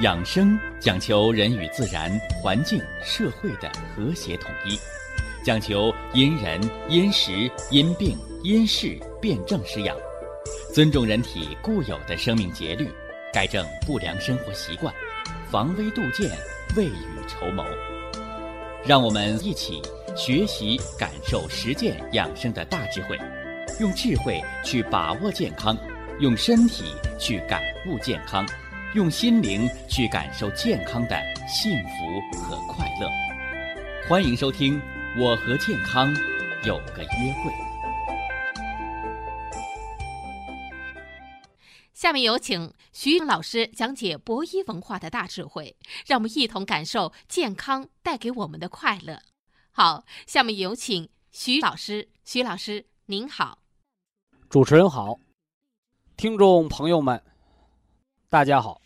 养生讲求人与自然、环境、社会的和谐统一，讲求因人、因时、因病、因事辩证施养，尊重人体固有的生命节律，改正不良生活习惯，防微杜渐，未雨绸缪。让我们一起学习、感受、实践养生的大智慧，用智慧去把握健康，用身体去感悟健康，用心灵去感受健康的幸福和快乐。欢迎收听《我和健康有个约会》。 下面有请徐老师讲解博医文化的大智慧，让我们一同感受健康带给我们的快乐。好，下面有请徐老师。徐老师您好。 主持人好，听众朋友们大家好，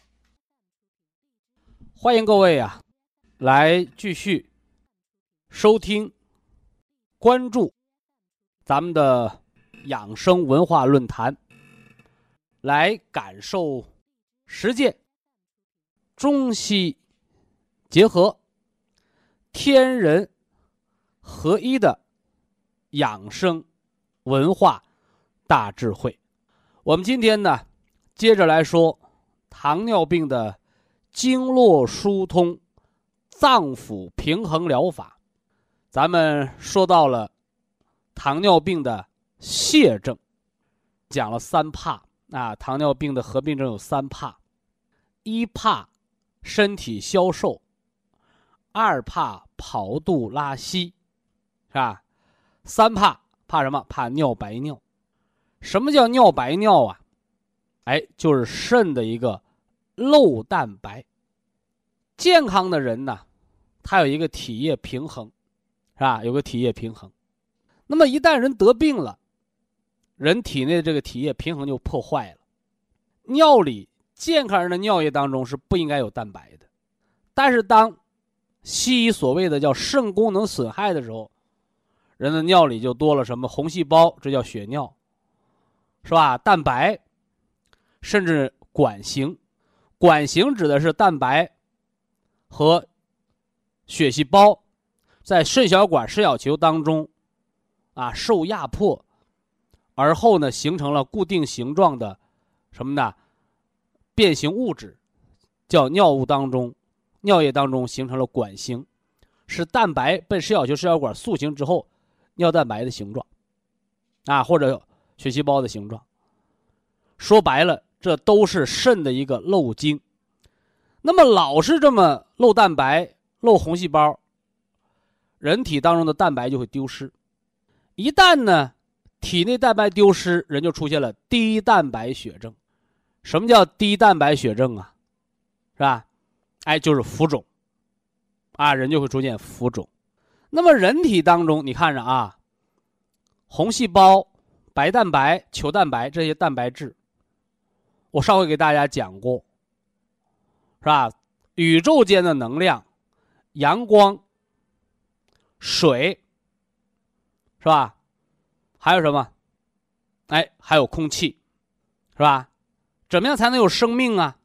欢迎各位来继续收听关注咱们的养生文化论坛，来感受实践中西结合、天人合一的养生文化大智慧。我们今天呢，接着来说糖尿病的经络疏通、脏腑平衡疗法。咱们说到了糖尿病的泻症，讲了三怕糖尿病的合并症有三怕：一怕身体消瘦，二怕跑肚拉稀，是吧？三怕，怕什么？怕尿白尿。什么叫尿白尿啊？就是肾的一个漏蛋白。健康的人呢，他有一个体液平衡，是吧？有个体液平衡。那么一旦人得病了，人体内的这个体液平衡就破坏了。尿里健康人的尿液当中是不应该有蛋白的，但是当西医所谓的叫肾功能损害的时候，人的尿里就多了什么红细胞，这叫血尿，是吧？蛋白，甚至管型。管型指的是蛋白和血细胞在肾小管、肾小球当中受压迫，而后呢形成了固定形状的什么呢？变形物质，叫尿液当中形成了管型，是蛋白被肾小球、肾小管塑形之后尿蛋白的形状或者血细胞的形状。说白了，这都是肾的一个漏精。那么老是这么漏蛋白、漏红细胞，人体当中的蛋白就会丢失。一旦呢体内蛋白丢失，人就出现了低蛋白血症。什么叫低蛋白血症啊？是吧？就是浮肿人就会出现浮肿。那么人体当中你看着红细胞、白蛋白、球蛋白这些蛋白质，我上回给大家讲过，是吧？宇宙间的能量，阳光、水，是吧？还有什么？还有空气，是吧？怎么样才能有生命啊？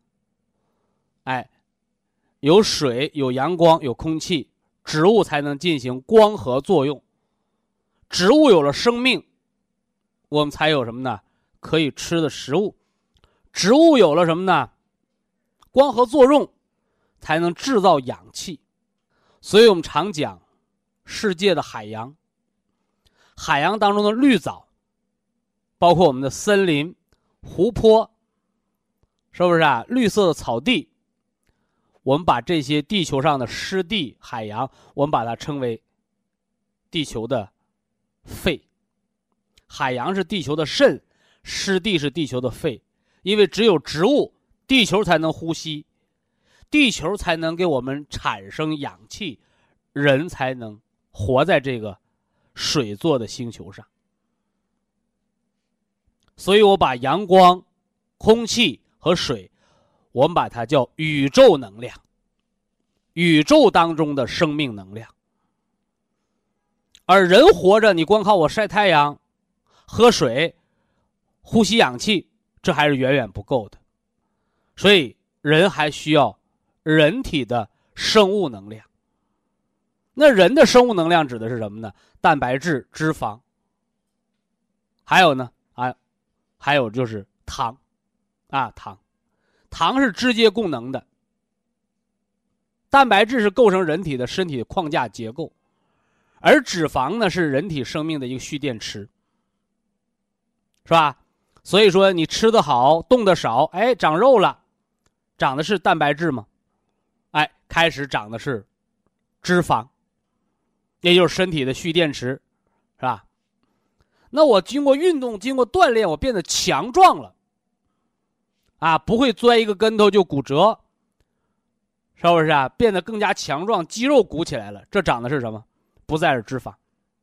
有水，有阳光，有空气，植物才能进行光合作用。植物有了生命，我们才有什么呢？可以吃的食物。植物有了什么呢？光合作用，才能制造氧气。所以我们常讲世界的海洋，海洋当中的绿藻，包括我们的森林、湖泊，是不是绿色的草地，我们把这些地球上的湿地、海洋，我们把它称为地球的肺。海洋是地球的肾，湿地是地球的肺。因为只有植物，地球才能呼吸，地球才能给我们产生氧气，人才能活在这个水做的星球上。所以我把阳光、空气和水，我们把它叫宇宙能量，宇宙当中的生命能量。而人活着，你光靠我晒太阳、喝水、呼吸氧气，这还是远远不够的。所以人还需要人体的生物能量。那人的生物能量指的是什么呢？蛋白质、脂肪，还有呢还有就是糖，糖是直接供能的。蛋白质是构成人体的身体的框架结构，而脂肪呢是人体生命的一个蓄电池，是吧？所以说你吃得好，动得少，长肉了，长的是蛋白质吗？开始长的是脂肪，也就是身体的蓄电池，是吧？那我经过运动，经过锻炼，我变得强壮了，不会摔一个跟头就骨折，是不是变得更加强壮，肌肉鼓起来了，这长的是什么？不再是脂肪，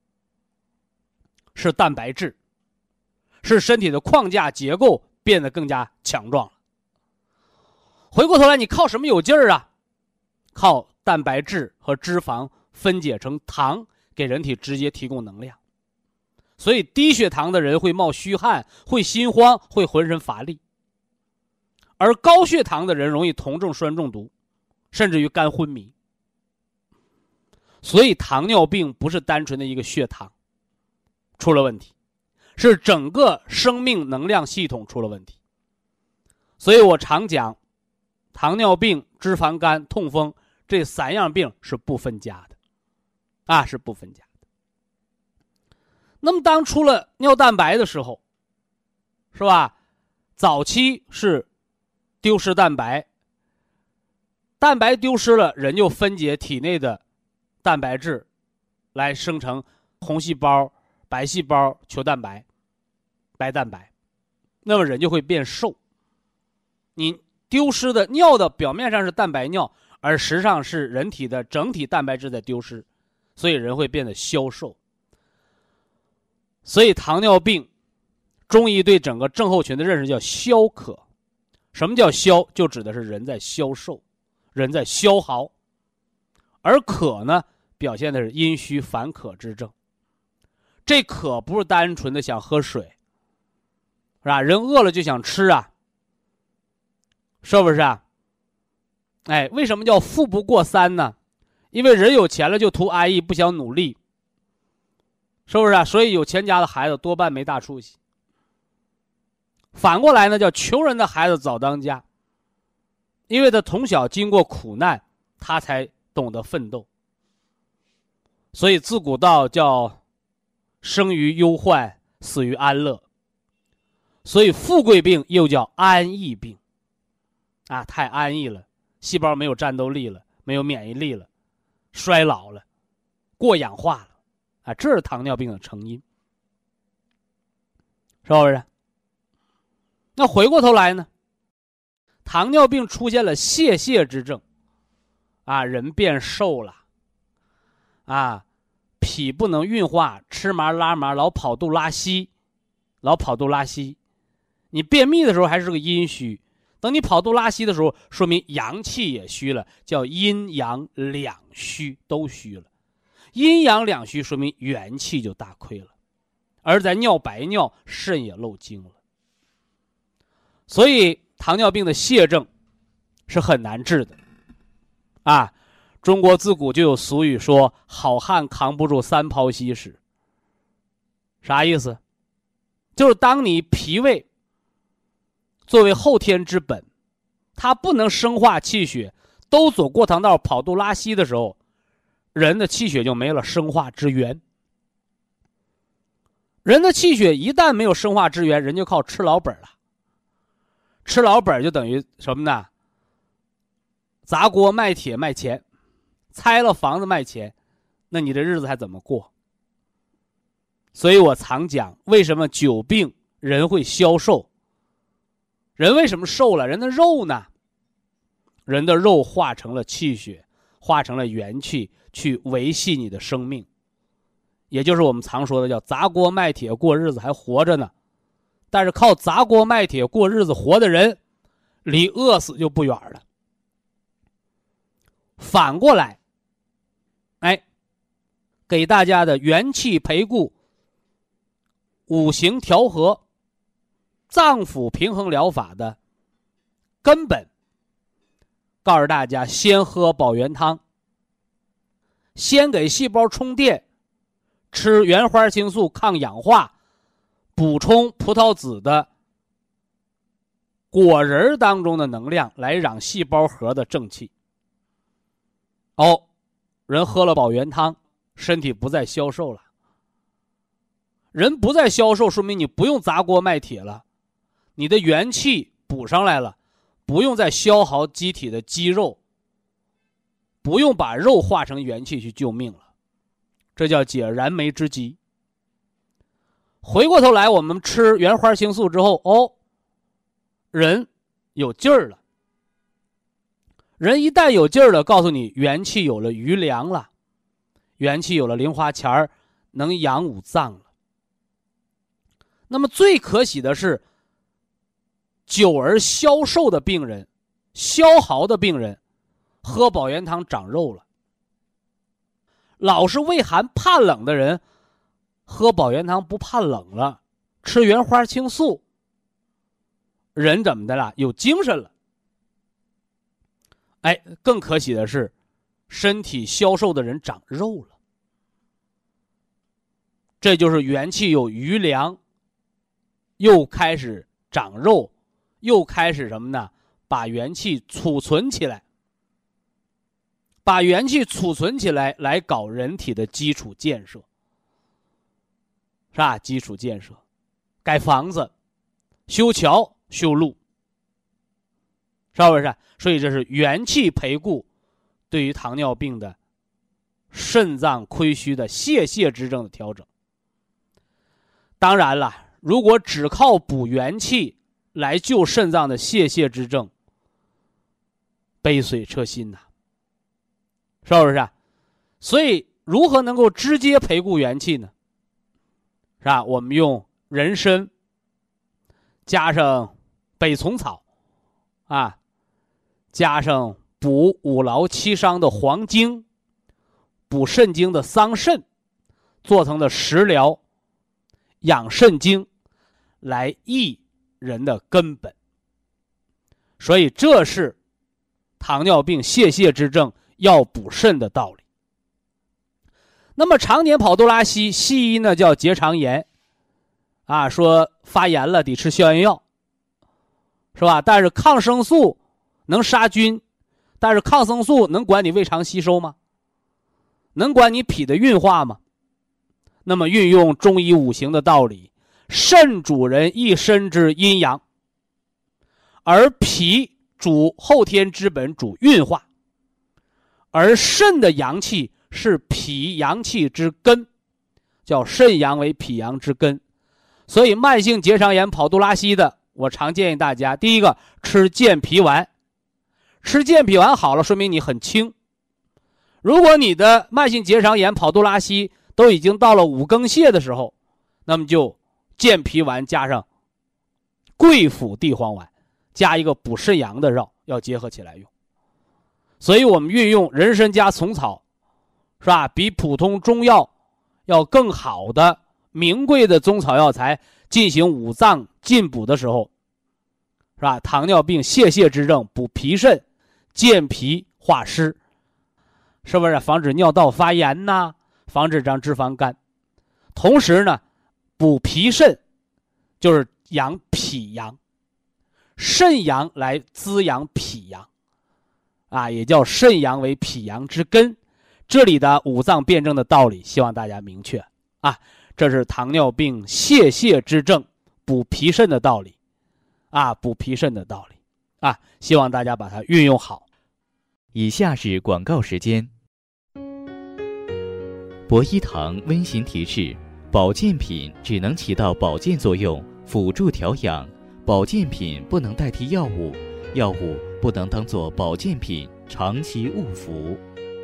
是蛋白质，是身体的框架结构变得更加强壮了。回过头来，你靠什么有劲儿啊？靠蛋白质和脂肪分解成糖，给人体直接提供能量。所以低血糖的人会冒虚汗，会心慌，会浑身乏力。而高血糖的人容易酮症酸中毒，甚至于肝昏迷。所以糖尿病不是单纯的一个血糖出了问题，是整个生命能量系统出了问题。所以我常讲，糖尿病、脂肪肝、痛风这3样病是不分家的，是不分家的。那么当出了尿蛋白的时候，是吧？早期是丢失蛋白，蛋白丢失了，人就分解体内的蛋白质来生成红细胞、白细胞、球蛋白、白蛋白，那么人就会变瘦。你丢失的尿的表面上是蛋白尿，而实际上是人体的整体蛋白质在丢失，所以人会变得消瘦。所以糖尿病中医对整个症候群的认识叫消渴。什么叫消？就指的是人在消瘦，人在消耗。而渴呢，表现的是阴虚烦渴之症。这渴不是单纯的想喝水，是吧？人饿了就想吃是不是为什么叫富不过三呢？因为人有钱了就图安逸，不想努力，是不是所以有钱家的孩子多半没大出息。反过来呢，叫穷人的孩子早当家，因为他从小经过苦难，他才懂得奋斗。所以自古道叫生于忧患，死于安乐。所以富贵病又叫安逸病太安逸了，细胞没有战斗力了，没有免疫力了，衰老了，过氧化了这是糖尿病的成因，是不是？那回过头来呢，糖尿病出现了泄泻之症人变瘦了脾不能运化，吃麻拉麻，老跑肚拉稀。你便秘的时候还是个阴虚，等你跑肚拉稀的时候，说明阳气也虚了，叫阴阳两虚，都虚了。阴阳两虚说明元气就大亏了，而在尿白尿，肾也漏精了。所以糖尿病的泻症是很难治的中国自古就有俗语说，好汉扛不住3泡稀屎。啥意思？就是当你脾胃作为后天之本，它不能生化气血，都走过堂道跑肚拉稀的时候，人的气血就没了生化之源。人的气血一旦没有生化之源，人就靠吃老本了。吃老本就等于什么呢？砸锅卖铁卖钱，拆了房子卖钱，那你这日子还怎么过？所以我常讲，为什么久病人会消瘦？人为什么瘦了？人的肉呢？人的肉化成了气血，化成了元气，去维系你的生命。也就是我们常说的叫砸锅卖铁过日子还活着呢。但是靠砸锅卖铁过日子活的人，离饿死就不远了。反过来，给大家的元气培固、五行调和、脏腑平衡疗法的根本， 告诉大家，先喝保元汤，先给细胞充电，吃原花青素抗氧化，补充葡萄籽的果仁当中的能量，来养细胞核的正气。人喝了保元汤，身体不再消瘦了。人不再消瘦，说明你不用砸锅卖铁了，你的元气补上来了，不用再消耗机体的肌肉，不用把肉化成元气去救命了，这叫解燃眉之急。回过头来，我们吃原花青素之后，人有劲儿了。人一旦有劲儿了，告诉你元气有了余粮了，元气有了零花钱儿，能养五脏了。那么最可喜的是，久而消瘦的病人、消耗的病人，喝保元汤长肉了。老是畏寒怕冷的人，喝保元汤不怕冷了，吃原花青素，人怎么的了？有精神了。更可喜的是，身体消瘦的人长肉了。这就是元气有余粮，又开始长肉，又开始什么呢？把元气储存起来，把元气储存起来，来搞人体的基础建设，是吧？基础建设，盖房子、修桥、修路，是不是？所以这是元气培固对于糖尿病的肾脏亏虚的泄泻之症的调整。当然了，如果只靠补元气来救肾脏的泄泻之症，杯水车薪呐，是不是？所以如何能够直接培固元气呢？是吧？我们用人参加上北虫草加上补五劳七伤的黄精，补肾精的桑葚，做成的食疗养肾精，来益人的根本。所以这是糖尿病泄泻之症要补肾的道理。那么常年跑多拉稀，西医呢叫结肠炎说发炎了得吃消炎药，是吧？但是抗生素能杀菌，但是抗生素能管你胃肠吸收吗？能管你脾的运化吗？那么运用中医五行的道理，肾主人一身之阴阳，而脾主后天之本，主运化，而肾的阳气是脾阳气之根，叫肾阳为脾阳之根。所以慢性结肠炎跑肚拉稀的，我常建议大家，第一个吃健脾丸，吃健脾丸好了，说明你很轻。如果你的慢性结肠炎跑肚拉稀都已经到了五更泻的时候，那么就健脾丸加上桂附地黄丸，加一个补肾阳的药，要结合起来用。所以我们运用人参加虫草，是吧？比普通中药要更好的名贵的中草药材进行五脏进补的时候，是吧？糖尿病泄泻之症补脾肾，健脾化湿，是不是防止尿道发炎呐？防止长脂肪肝。同时呢，补脾肾就是养脾阳，肾阳来滋养脾阳也叫肾阳为脾阳之根。这里的五脏辩证的道理希望大家明确这是糖尿病泄泻之症补脾肾的道理补脾肾的道理希望大家把它运用好。 以下是广告时间。博一堂温馨提示：保健品只能起到保健作用，辅助调养；保健品不能代替药物，药物不能当作保健品长期误服。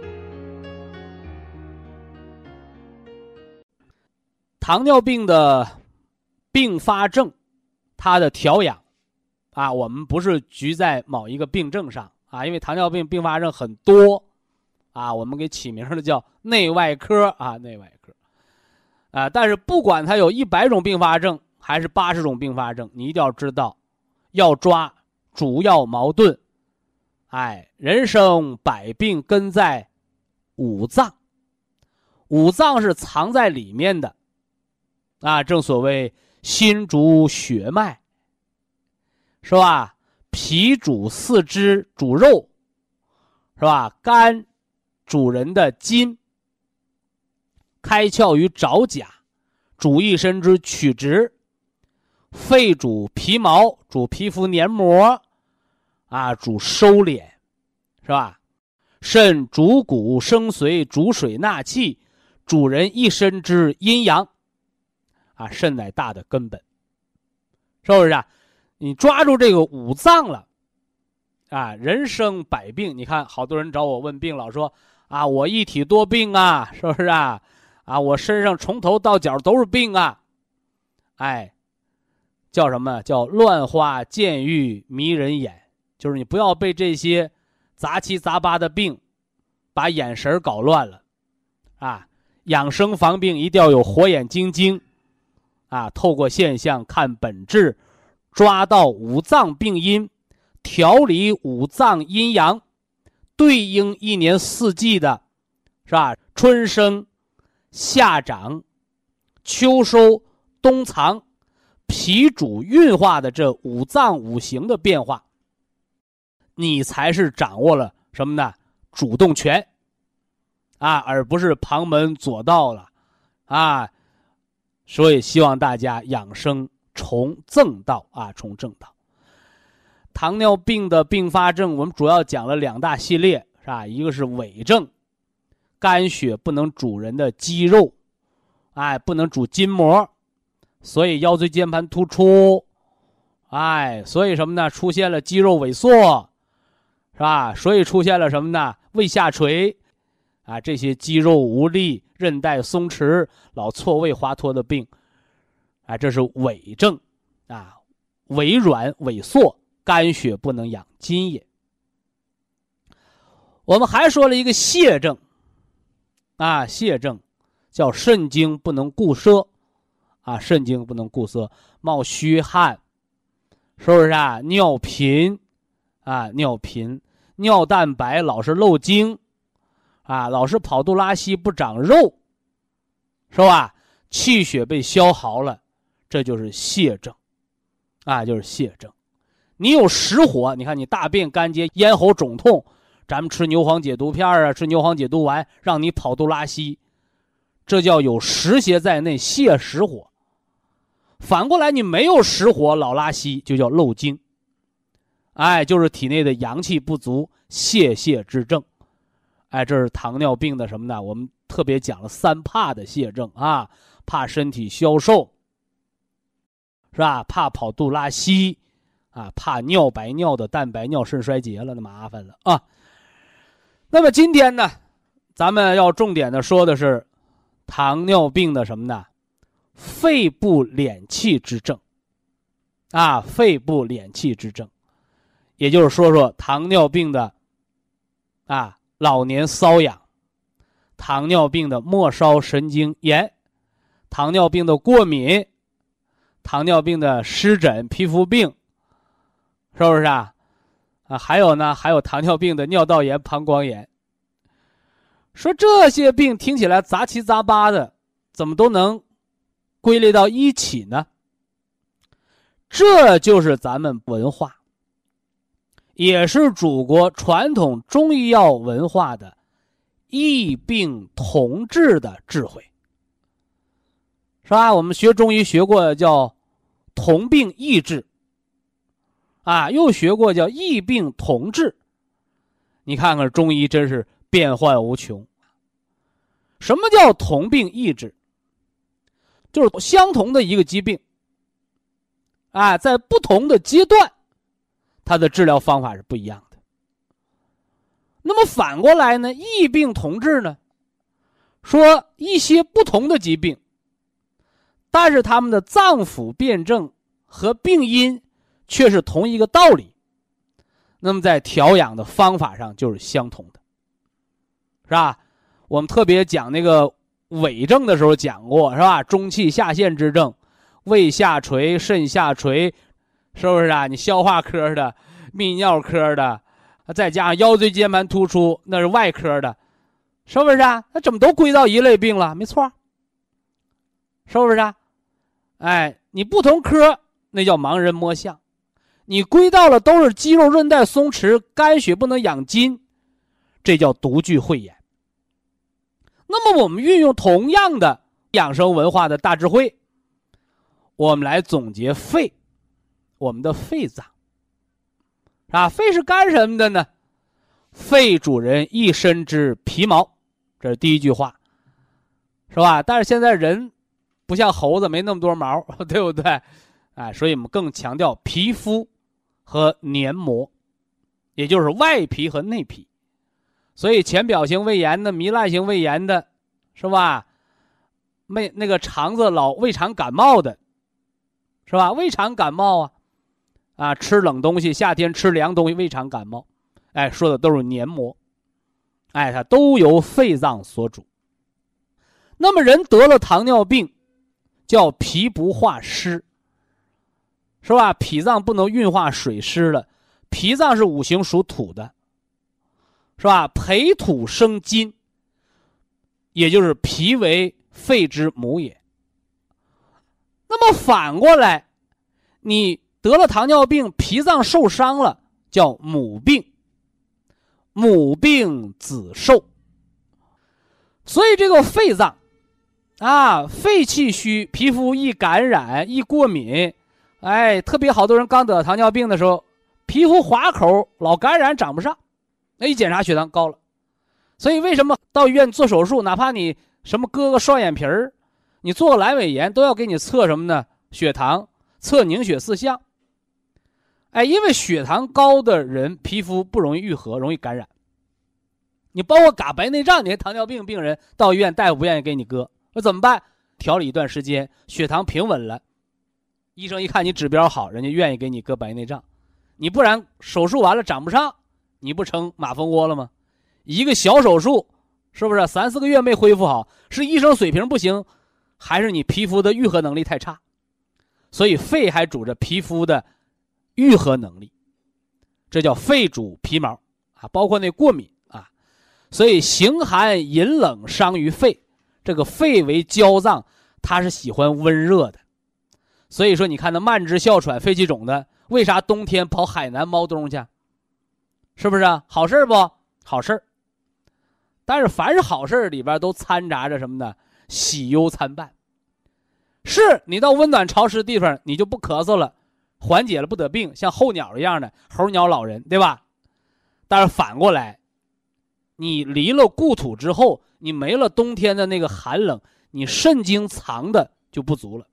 糖尿病的并发症，它的调养我们不是局在某一个病症上因为糖尿病并发症很多我们给起名的叫内外科内外科但是不管它有100种并发症还是80种并发症，你一定要知道要抓主要矛盾人生百病根在五脏，五脏是藏在里面的正所谓心主血脉，是吧？脾主四肢主肉，是吧？肝主人的筋，开窍于爪甲，主一身之曲直，肺主皮毛，主皮肤黏膜主收敛，是吧？肾主骨生髓，主水纳气，主人一身之阴阳肾乃大的根本，是不是你抓住这个五脏了人生百病。你看好多人找我问病，老说我一体多病是不是我身上从头到脚都是病叫什么？叫乱花渐欲迷人眼，就是你不要被这些杂七杂八的病把眼神搞乱了养生防病一定要有火眼金睛透过现象看本质，抓到五脏病因，调理五脏阴阳，对应一年四季的是吧？春生夏长秋收冬藏，脾主运化的这五脏五行的变化，你才是掌握了什么呢？主动权而不是旁门左道了所以希望大家养生从正道从正道。糖尿病的并发症我们主要讲了2大系列是吧？一个是痿症，肝血不能主人的肌肉不能主筋膜，所以腰椎间盘突出所以什么呢？出现了肌肉萎缩是吧？所以出现了什么呢？胃下垂这些肌肉无力、韧带松弛、老错位滑脱的病这是痿症痿软萎缩，肝血不能养筋也。我们还说了一个泻症泻症叫肾经不能固摄肾经不能固摄，冒虚汗，是不是尿频尿频，尿蛋白老是漏精老是跑肚拉稀不长肉，是吧？气血被消耗了，这就是泻症就是泻症。你有实火，你看你大便干结、咽喉肿痛，咱们吃牛黄解毒片吃牛黄解毒丸，让你跑肚拉稀，这叫有实邪在内，泻实火。反过来你没有实火，老拉稀，就叫漏精就是体内的阳气不足，泻之症这是糖尿病的什么呢？我们特别讲了3怕的泻症怕身体消瘦，是吧？怕跑肚拉稀怕尿白尿的蛋白尿肾衰竭了，那麻烦了那么今天呢，咱们要重点的说的是糖尿病的什么呢？肺部敛气之症肺部敛气之症，也就是说糖尿病的老年瘙痒，糖尿病的末梢神经炎，糖尿病的过敏，糖尿病的湿疹皮肤病，是不是还有呢，还有糖尿病的尿道炎膀胱炎。说这些病听起来杂七杂八的，怎么都能归类到一起呢？这就是咱们文化，也是祖国传统中医药文化的异病同治的智慧，是吧？我们学中医学过叫同病异治又学过叫异病同治。你看看中医真是变幻无穷。什么叫同病异治？就是相同的一个疾病在不同的阶段它的治疗方法是不一样的。那么反过来呢，异病同治呢，说一些不同的疾病，但是他们的脏腑辩证和病因却是同一个道理，那么在调养的方法上就是相同的，是吧？我们特别讲那个痿症的时候讲过，是吧？中气下陷之症，胃下垂、肾下垂，是不是你消化科的、泌尿科的再加上腰椎间盘突出，那是外科的，是不是啊？那怎么都归到一类病了？没错，是不是啊？哎，你不同科那叫盲人摸象，你归到了都是肌肉韧带松弛，肝血不能养筋，这叫独具慧眼。那么我们运用同样的养生文化的大智慧，我们来总结肺，我们的肺脏啊，肺是干什么的呢？肺主人一身之皮毛，这是第一句话，是吧？但是现在人不像猴子，没那么多毛，对不对？哎，所以我们更强调皮肤和黏膜，也就是外皮和内皮。所以浅表性胃炎的、糜烂性胃炎的，是吧？那个肠子老胃肠感冒的，是吧？胃肠感冒啊，吃冷东西，夏天吃凉东西，胃肠感冒，哎，说的都是黏膜，哎，它都由肺脏所主。那么人得了糖尿病，叫脾不化湿，是吧？脾脏不能运化水湿了，脾脏是五行属土的，是吧？培土生金，也就是脾为肺之母也。那么反过来，你得了糖尿病，脾脏受伤了，叫母病，母病子受。所以这个肺脏啊，肺气虚，皮肤易感染，易过敏，哎，特别好多人刚得糖尿病的时候，皮肤划口，老感染，长不上，那一检查血糖高了。所以为什么到医院做手术，哪怕你什么割个双眼皮儿，你做个阑尾炎，都要给你测什么呢？血糖，测凝血4项。哎，因为血糖高的人皮肤不容易愈合，容易感染。你包括嘎白内障，你看糖尿病病人到医院，大夫不愿意给你割，那怎么办？调理一段时间，血糖平稳了，医生一看你指标好，人家愿意给你割白内障。你不然手术完了长不上，你不成马蜂窝了吗？一个小手术，是不是3、4个月没恢复好，是医生水平不行，还是你皮肤的愈合能力太差？所以肺还主着皮肤的愈合能力，这叫肺主皮毛啊，包括那过敏啊。所以形寒饮冷伤于肺，这个肺为娇脏，它是喜欢温热的。所以说你看那慢支哮喘肺气肿的，为啥冬天跑海南猫冬去？是不是啊？好事不？好事。但是凡是好事里边都掺杂着什么呢？喜忧参半。是你到温暖潮湿的地方，你就不咳嗽了，缓解了，不得病，像候鸟一样的候鸟老人，对吧？但是反过来，你离了故土之后，你没了冬天的那个寒冷，你肾精藏的就不足了。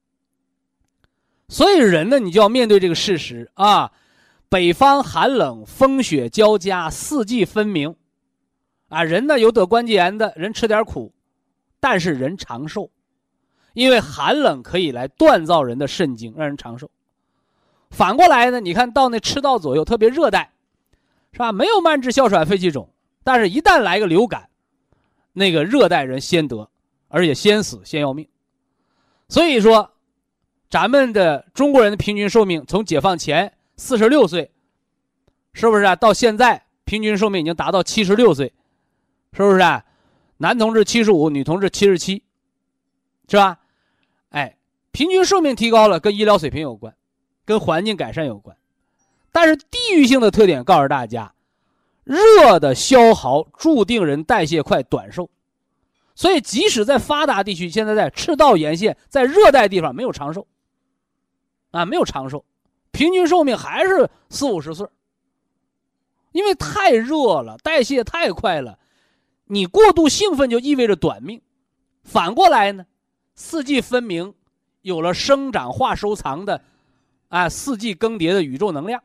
所以人呢，你就要面对这个事实啊，北方寒冷，风雪交加，四季分明啊。人呢有得关节炎的人吃点苦，但是人长寿，因为寒冷可以来锻造人的肾精，让人长寿。反过来呢，你看到那赤道左右，特别热带，是吧？没有慢支哮喘肺气肿，但是一旦来个流感，那个热带人先得，而且先死，先要命。所以说咱们的中国人的平均寿命从解放前46岁，是不是啊？到现在平均寿命已经达到76岁，是不是啊？男同志75，女同志77，是吧？哎，平均寿命提高了，跟医疗水平有关，跟环境改善有关。但是地域性的特点告诉大家，热的消耗注定人代谢快，短寿。所以即使在发达地区，现在在赤道沿线，在热带地方没有长寿啊，没有长寿，平均寿命还是40、50岁。因为太热了，代谢太快了，你过度兴奋就意味着短命。反过来呢，四季分明，有了生长化收藏的四季更迭的宇宙能量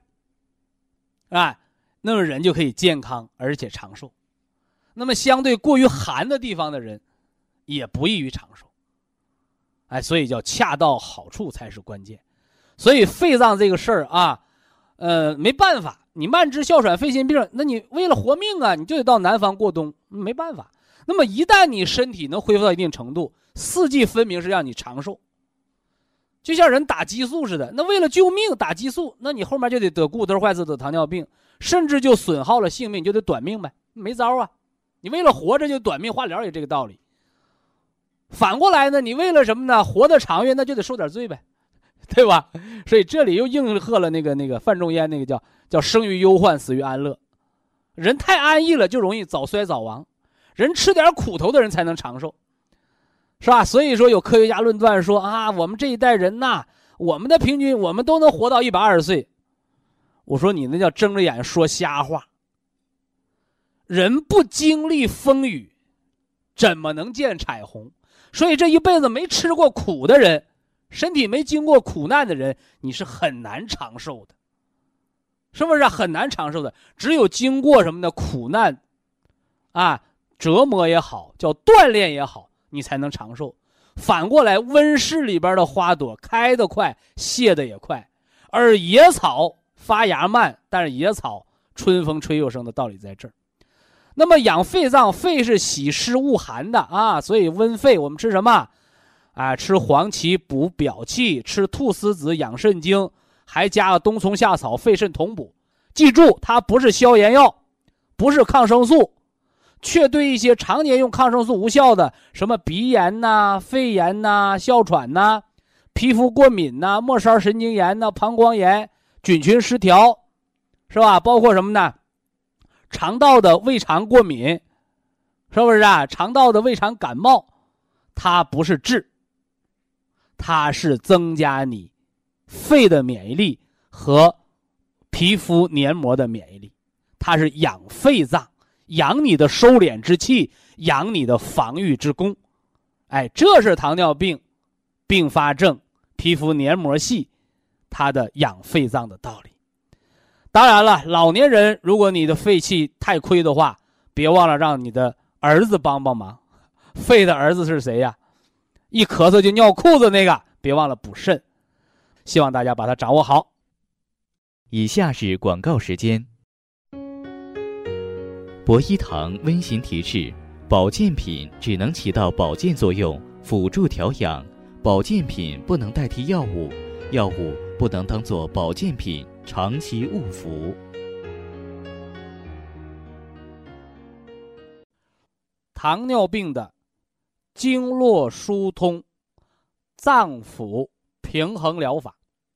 那么人就可以健康而且长寿。那么相对过于寒的地方的人也不易于长寿。所以叫恰到好处才是关键。所以肺脏这个事儿没办法，你慢支哮喘肺心病，那你为了活命你就得到南方过冬，没办法。那么一旦你身体能恢复到一定程度，四季分明是让你长寿。就像人打激素似的，那为了救命打激素，那你后面就得得骨头坏死，得糖尿病， 甚至就损耗了性命，就得短命呗，没招啊。你为了活着就短命，化疗也这个道理。反过来呢，你为了什么呢？活得长远，那就得受点罪呗，对吧？所以这里又应和了那个范仲淹那个叫生于忧患，死于安乐。人太安逸了，就容易早衰早亡。人吃点苦头的人才能长寿，是吧？所以说有科学家论断说啊，我们这一代人呐，我们的平均我们都能活到120岁。我说你那叫睁着眼说瞎话。人不经历风雨，怎么能见彩虹？所以这一辈子没吃过苦的人，身体没经过苦难的人，你是很难长寿的，是不是很难长寿的？只有经过什么的苦难啊，折磨也好，叫锻炼也好，你才能长寿。反过来，温室里边的花朵开得快，谢得也快，而野草发芽慢，但是野草春风吹又生的道理在这儿。那么养肺脏，肺是喜湿恶寒的啊，所以温肺我们吃什么啊？吃黄芪补表气，吃菟丝子养肾精，还加冬虫夏草肺肾同补。记住，它不是消炎药，不是抗生素，却对一些常年用抗生素无效的，什么鼻炎呐、肺炎呐、哮喘呐、皮肤过敏呐、末梢神经炎呐、膀胱炎、菌群失调，是吧？包括什么呢？肠道的胃肠过敏，是不是啊？肠道的胃肠感冒，它不是治，它是增加你肺的免疫力和皮肤黏膜的免疫力，它是养肺脏，养你的收敛之气，养你的防御之功。哎，这是糖尿病并发症皮肤黏膜细它的养肺脏的道理。当然了，老年人如果你的肺气太亏的话，别忘了让你的儿子帮帮忙。肺的儿子是谁呀？一咳嗽就尿裤子那个，别忘了补肾。希望大家把它掌握好。 以下是广告时间。博一堂温馨提示：保健品只能起到保健作用，辅助调养，保健品不能代替药物，药物不能当作保健品长期误服。 糖尿病的经络疏通脏腑平衡疗法，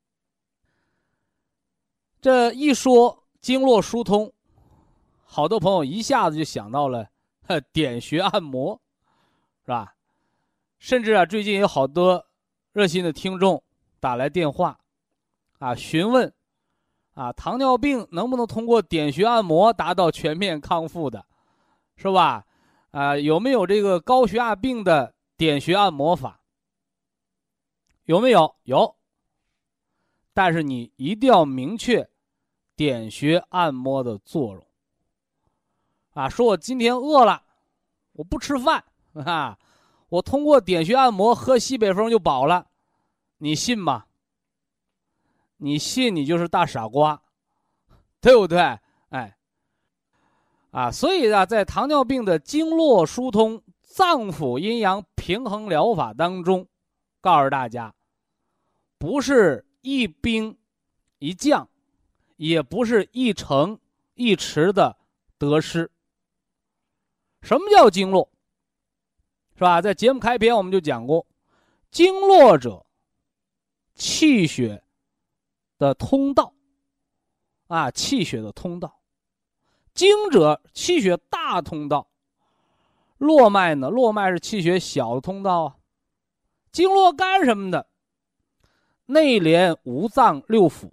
这一说经络疏通，好多朋友一下子就想到了点穴按摩，是吧？甚至啊，最近有好多热心的听众打来电话啊，询问啊，糖尿病能不能通过点穴按摩达到全面康复的，是吧？啊，有没有这个高血压病的点穴按摩法？有没有？有。但是你一定要明确点穴按摩的作用。啊，说我今天饿了，我不吃饭啊，我通过点穴按摩喝西北风就饱了，你信吗？你信你就是大傻瓜，对不对？哎，啊，所以啊，在糖尿病的经络疏通、脏腑阴阳平衡疗法当中，告诉大家，不是一兵一将，也不是一城一池的得失。什么叫经络？是吧？在节目开篇我们就讲过，经络者，气血的通道，啊，气血的通道。经者，气血大通道。络脉呢？络脉是气血小的通道啊。经络干什么的？内连五脏六腑，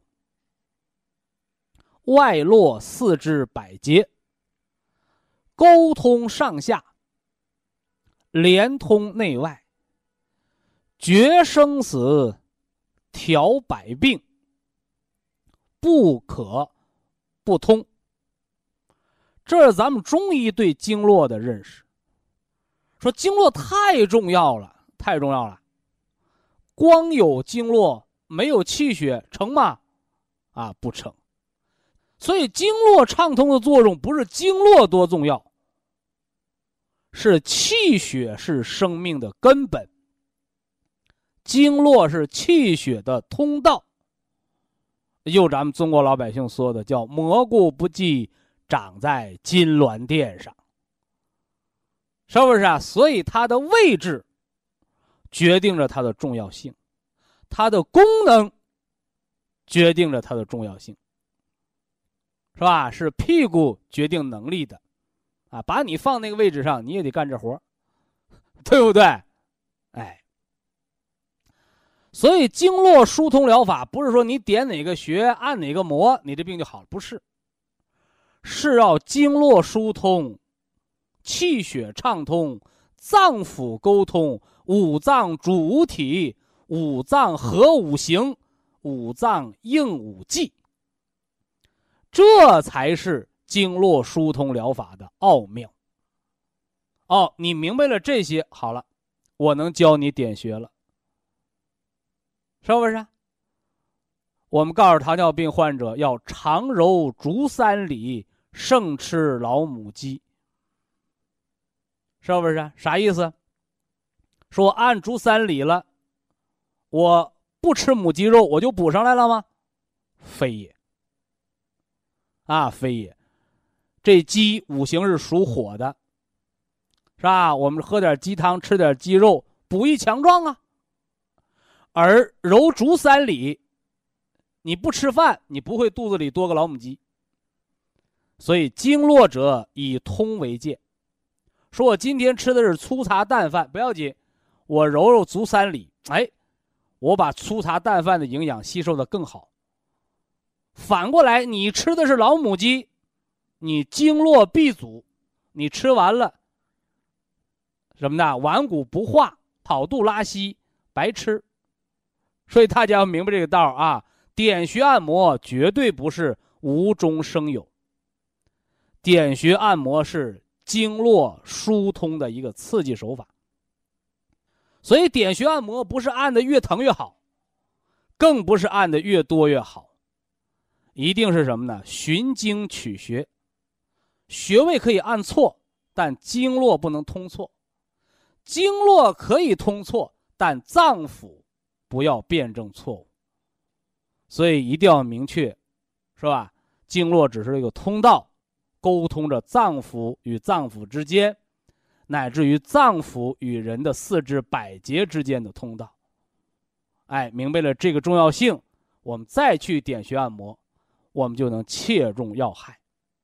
外络四肢百节，沟通上下，连通内外，决生死，调百病，不可不通。这是咱们中医对经络的认识。说经络太重要了，太重要了。光有经络没有气血成吗？啊，不成。所以经络畅通的作用不是经络多重要，是气血是生命的根本。经络是气血的通道， 又咱们中国老百姓说的叫蘑菇不忌长在金銮殿上，是不是啊？所以它的位置决定着它的重要性，它的功能决定着它的重要性，是吧？是屁股决定能力的啊！把你放那个位置上，你也得干这活，对不对？哎，所以经络疏通疗法不是说你点哪个穴按哪个摩你这病就好了，不是，是要经络疏通，气血畅通，脏腑沟通，五脏主五体，五脏合五行，五脏应五季，这才是经络疏通疗法的奥妙。哦，你明白了这些，好了，我能教你点穴了，是不是？我们告诉糖尿病患者要常揉足三里，胜吃老母鸡，是不是？啥意思？说我按足三里了，我不吃母鸡肉，我就补上来了吗？非也。啊，非也。这鸡五行是属火的，是吧？我们喝点鸡汤，吃点鸡肉，补益强壮啊。而揉足三里，你不吃饭，你不会肚子里多个老母鸡。所以经络者以通为鉴，说我今天吃的是粗茶淡饭，不要紧，我揉揉足三里，哎，我把粗茶淡饭的营养吸收的更好。反过来，你吃的是老母鸡，你经络闭阻，你吃完了什么呢？顽固不化，跑肚拉稀，白吃。所以大家要明白这个道啊，点穴按摩绝对不是无中生有，点穴按摩是经络疏通的一个刺激手法。所以点穴按摩不是按的越疼越好，更不是按的越多越好，一定是什么呢？循经取穴，穴位可以按错，但经络不能通错，经络可以通错，但脏腑不要辩证错误。所以一定要明确，是吧？经络只是一个通道，沟通着脏腑与脏腑之间，乃至于脏腑与人的四肢百节之间的通道。哎，明白了这个重要性，我们再去点穴按摩，我们就能切中要害。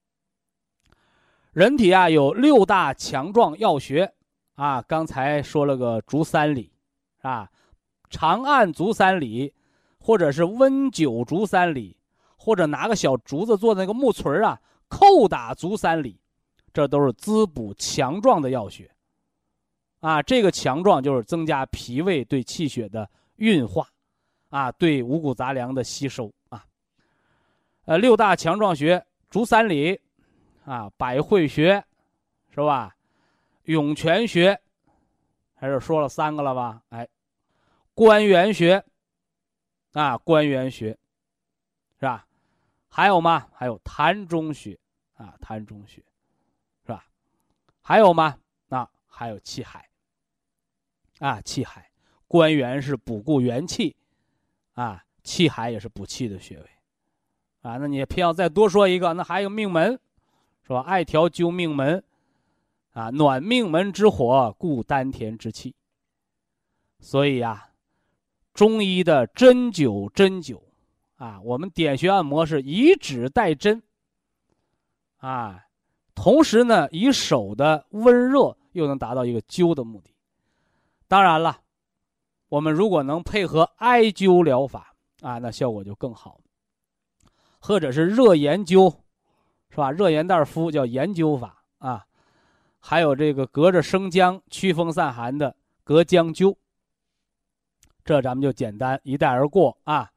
人体啊有6大强壮要穴啊，刚才说了个足三里啊，长按足三里，或者是温灸足三里，或者拿个小竹子做的那个木锤啊，叩打足三里，这都是滋补强壮的药穴啊。这个强壮就是增加脾胃对气血的运化啊，对五谷杂粮的吸收啊。6大强壮穴，足三里啊，百会穴是吧？涌泉穴，还是说了3个了吧？哎，关元穴啊，关元穴是吧？还有吗？还有膻中穴啊，膻中穴是吧？还有吗？啊，还有气海啊，气海。关元是补固元气啊，气海也是补气的穴位啊。那你也偏要再多说一个，那还有命门是吧？艾条灸命门啊，暖命门之火，固丹田之气。所以啊，中医的针灸啊，我们点穴按摩是以指代针啊，同时呢，以手的温热又能达到一个灸的目的。当然了，我们如果能配合艾灸疗法啊，那效果就更好。或者是热研灸，是吧？热盐袋敷叫研灸法啊，还有这个隔着生姜驱风散寒的隔姜灸。这咱们就简单一带而过啊。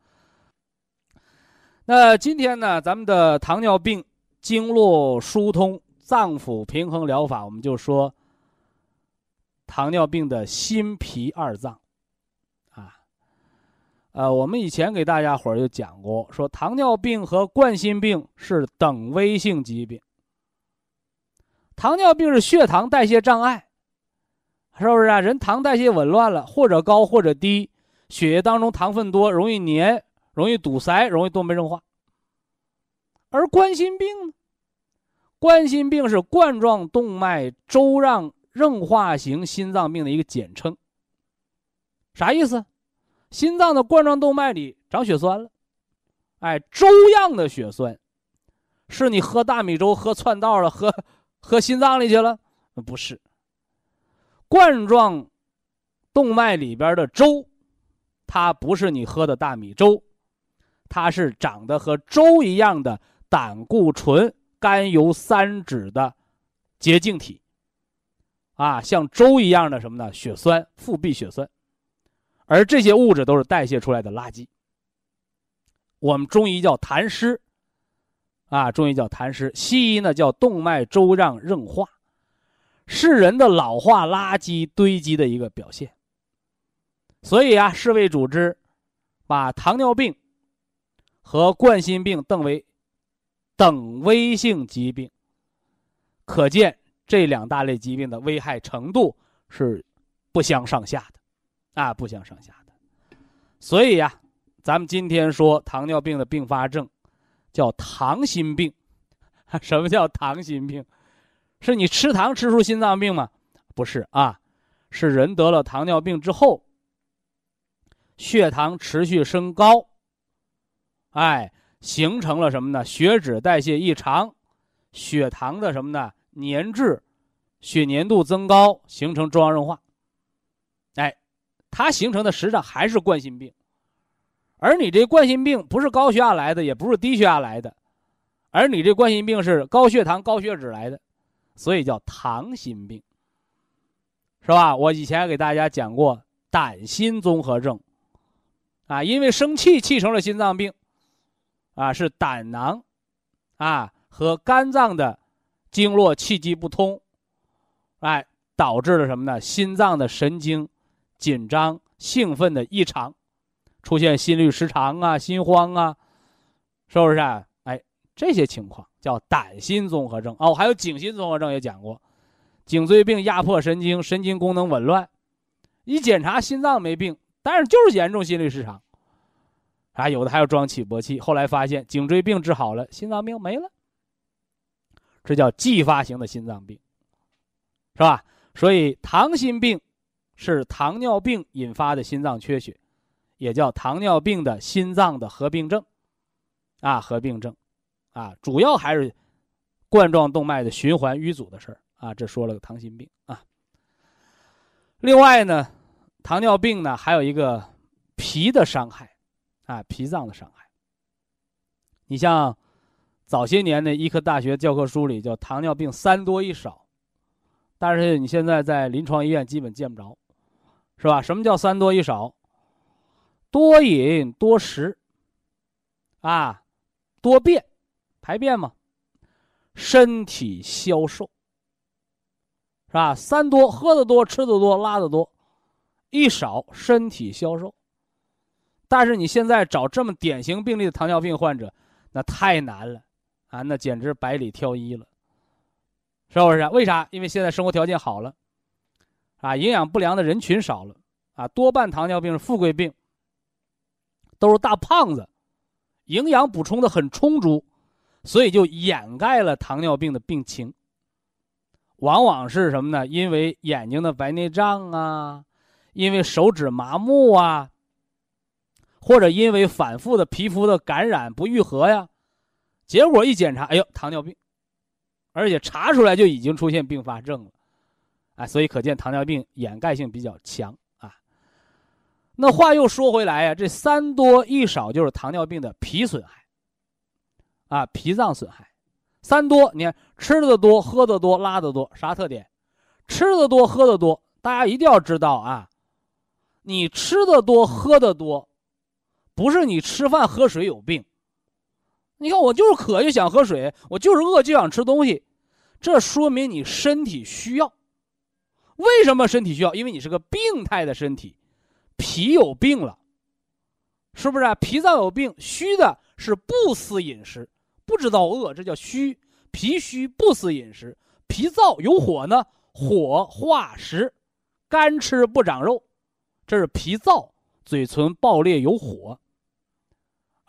那今天呢，咱们的糖尿病经络疏通、脏腑平衡疗法，我们就说糖尿病的心脾二脏啊。我们以前给大家伙儿就讲过，说糖尿病和冠心病是等危性疾病。糖尿病是血糖代谢障碍，是不是啊？人糖代谢紊乱了，或者高或者低，血液当中糖分多，容易粘， 容易堵塞，容易动脉硬化。而冠心病呢？冠心病是冠状动脉粥样硬化型心脏病的一个简称。啥意思？心脏的冠状动脉里长血栓了，粥样的血栓，是你喝大米粥喝窜道了，喝心脏里去了？不是。冠状动脉里边的粥，它不是你喝的大米粥，它是长得和粥一样的胆固醇甘油三酯的结晶体，像粥一样的什么呢？血栓，腹壁血栓。而这些物质都是代谢出来的垃圾，我们中医叫痰湿，中医叫痰湿，西医呢叫动脉粥样硬化，是人的老化垃圾堆积的一个表现。所以世卫组织把糖尿病和冠心病定为等危性疾病，可见这两大类疾病的危害程度是不相上下的。不相上下的。所以咱们今天说糖尿病的并发症叫糖心病。什么叫糖心病？是你吃糖吃出心脏病吗？不是是人得了糖尿病之后，血糖持续升高，形成了什么呢？血脂代谢异常，血糖的什么呢？粘滞，血粘度增高，形成粥样硬化。它形成的实际上还是冠心病，而你这冠心病不是高血压来的，也不是低血压来的，而你这冠心病是高血糖高血脂来的，所以叫糖心病，是吧？我以前给大家讲过胆心综合症，因为生气气成了心脏病，是胆囊和肝脏的经络气机不通，导致了什么呢？心脏的神经紧张兴奋的异常，出现心律失常心慌是不是这些情况叫胆心综合症。还有颈心综合症也讲过，颈椎病压迫神经，神经功能紊乱，一检查心脏没病，但是就是严重心律失常有的还要装起搏器，后来发现颈椎病治好了，心脏病没了，这叫继发型的心脏病，是吧？所以糖心病是糖尿病引发的心脏缺血，也叫糖尿病的心脏的合并症合并症主要还是冠状动脉的循环淤阻的事儿这说了个糖心病另外呢，糖尿病呢还有一个脾的伤害脾脏的伤害。你像早些年的医科大学教科书里叫糖尿病3多1少，但是你现在在临床医院基本见不着，是吧？什么叫3多1少？多饮多食多便，排便嘛，身体消瘦，是吧？3多，喝得多，吃得多，拉得多；1少，身体消瘦。但是你现在找这么典型病例的糖尿病患者，那太难了那简直百里挑一了，是不是？为啥？因为现在生活条件好了营养不良的人群少了多半糖尿病是富贵病，都是大胖子，营养补充的很充足，所以就掩盖了糖尿病的病情。往往是什么呢？因为眼睛的白内障因为手指麻木或者因为反复的皮肤的感染不愈合结果一检查，糖尿病，而且查出来就已经出现并发症了所以可见糖尿病掩盖性比较强那话又说回来这3多1少就是糖尿病的脾损害脾脏损害。3多，你看吃的多，喝的多，拉的多，啥特点？吃的多，喝的多，大家一定要知道你吃的多，喝的多，不是你吃饭喝水有病。你看我就是渴就想喝水，我就是饿就想吃东西，这说明你身体需要。为什么身体需要？因为你是个病态的身体，脾有病了，是不是脾脏有病，虚的是不思饮食，不知道饿，这叫虚。脾虚不思饮食，脾燥有火呢，火化食，干吃不长肉，这是脾燥，嘴唇爆裂有火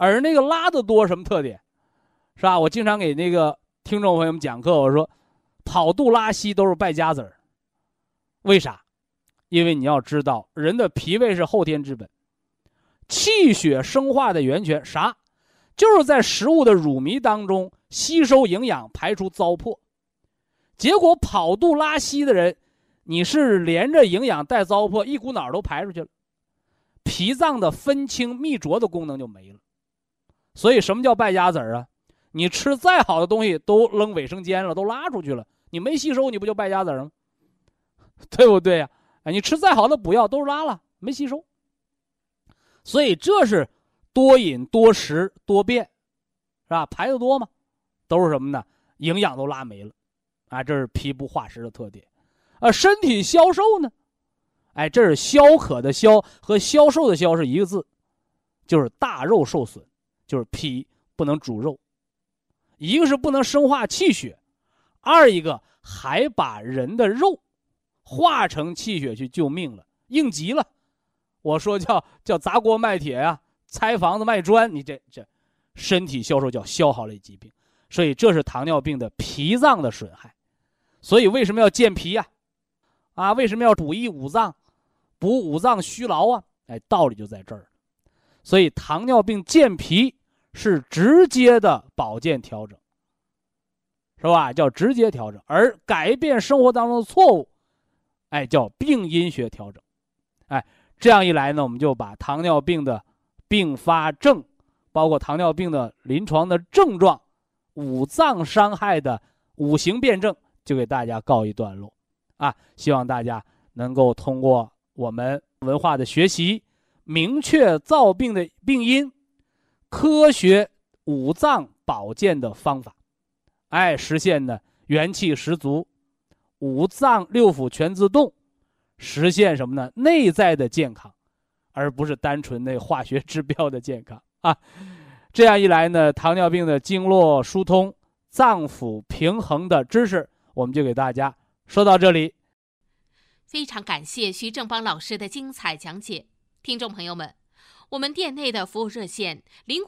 而那个拉的多什么特点？是吧？我经常给那个听众朋友们讲课，我说跑肚拉稀都是败家子儿。为啥？因为你要知道，人的脾胃是后天之本，气血生化的源泉啥？就是在食物的乳糜当中吸收营养，排出糟粕。结果跑肚拉稀的人，你是连着营养带糟粕，一股脑都排出去了，脾脏的分清泌浊的功能就没了。所以什么叫败家子儿啊？你吃再好的东西都扔卫生间了，都拉出去了，你没吸收，你不就败家子儿吗？对不对呀？你吃再好的补药都是拉了，没吸收。所以这是多饮多食多便，是吧？排得多嘛，都是什么呢？营养都拉没了，这是脾不化湿的特点。身体消瘦呢，这是消渴的消和消瘦的消是一个字，就是大肉受损，就是脾不能主肉，一个是不能生化气血，二一个还把人的肉化成气血去救命了，应急了。我说叫砸锅卖铁呀，拆房子卖砖，你这身体消瘦叫消耗类疾病，所以这是糖尿病的脾脏的损害。所以为什么要健脾啊？为什么要补益五脏，补五脏虚劳啊？道理就在这儿。所以糖尿病健脾是直接的保健调整，是吧？叫直接调整。而改变生活当中的错误，叫病因学调整。这样一来呢，我们就把糖尿病的并发症，包括糖尿病的临床的症状，五脏伤害的五行辩证，就给大家告一段落。希望大家能够通过我们文化的学习，明确造病的病因，科学五脏保健的方法，实现呢元气十足，五脏六腑全自动，实现什么呢？内在的健康，而不是单纯的化学指标的健康这样一来呢，糖尿病的经络疏通、脏腑平衡的知识，我们就给大家说到这里。 非常感谢徐正邦老师的精彩讲解。听众朋友们，我们店内的服务热线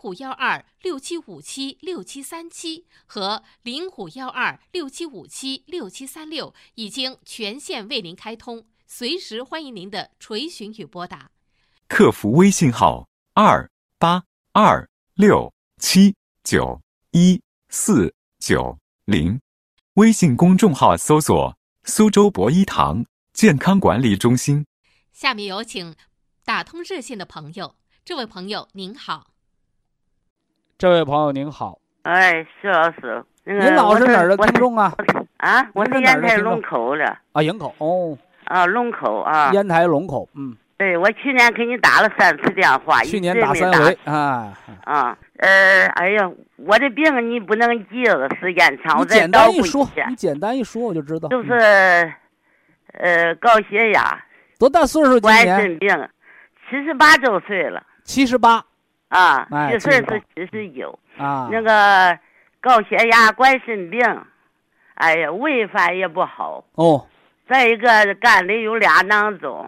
051267576737和051267576736已经全线为您开通，随时欢迎您的垂询与拨打。 客服微信号2826791490，微信公众号搜索苏州博医堂健康管理中心。 下面有请打通热线的朋友。这位朋友您好。 这位朋友您好。 徐老师，您老是哪儿的听众啊？ 我是烟台龙口的。 营口龙口烟台龙口。 对，我去年给你打了3次电话， 去年打3回我这病你不能记了，时间长， 你简单一说，我就知道。 就是高血压。 多大岁数？今年冠心病，78周岁了。 78 几岁是79那个高血压、冠心病，胃反也不好。再一个肝里有2囊肿。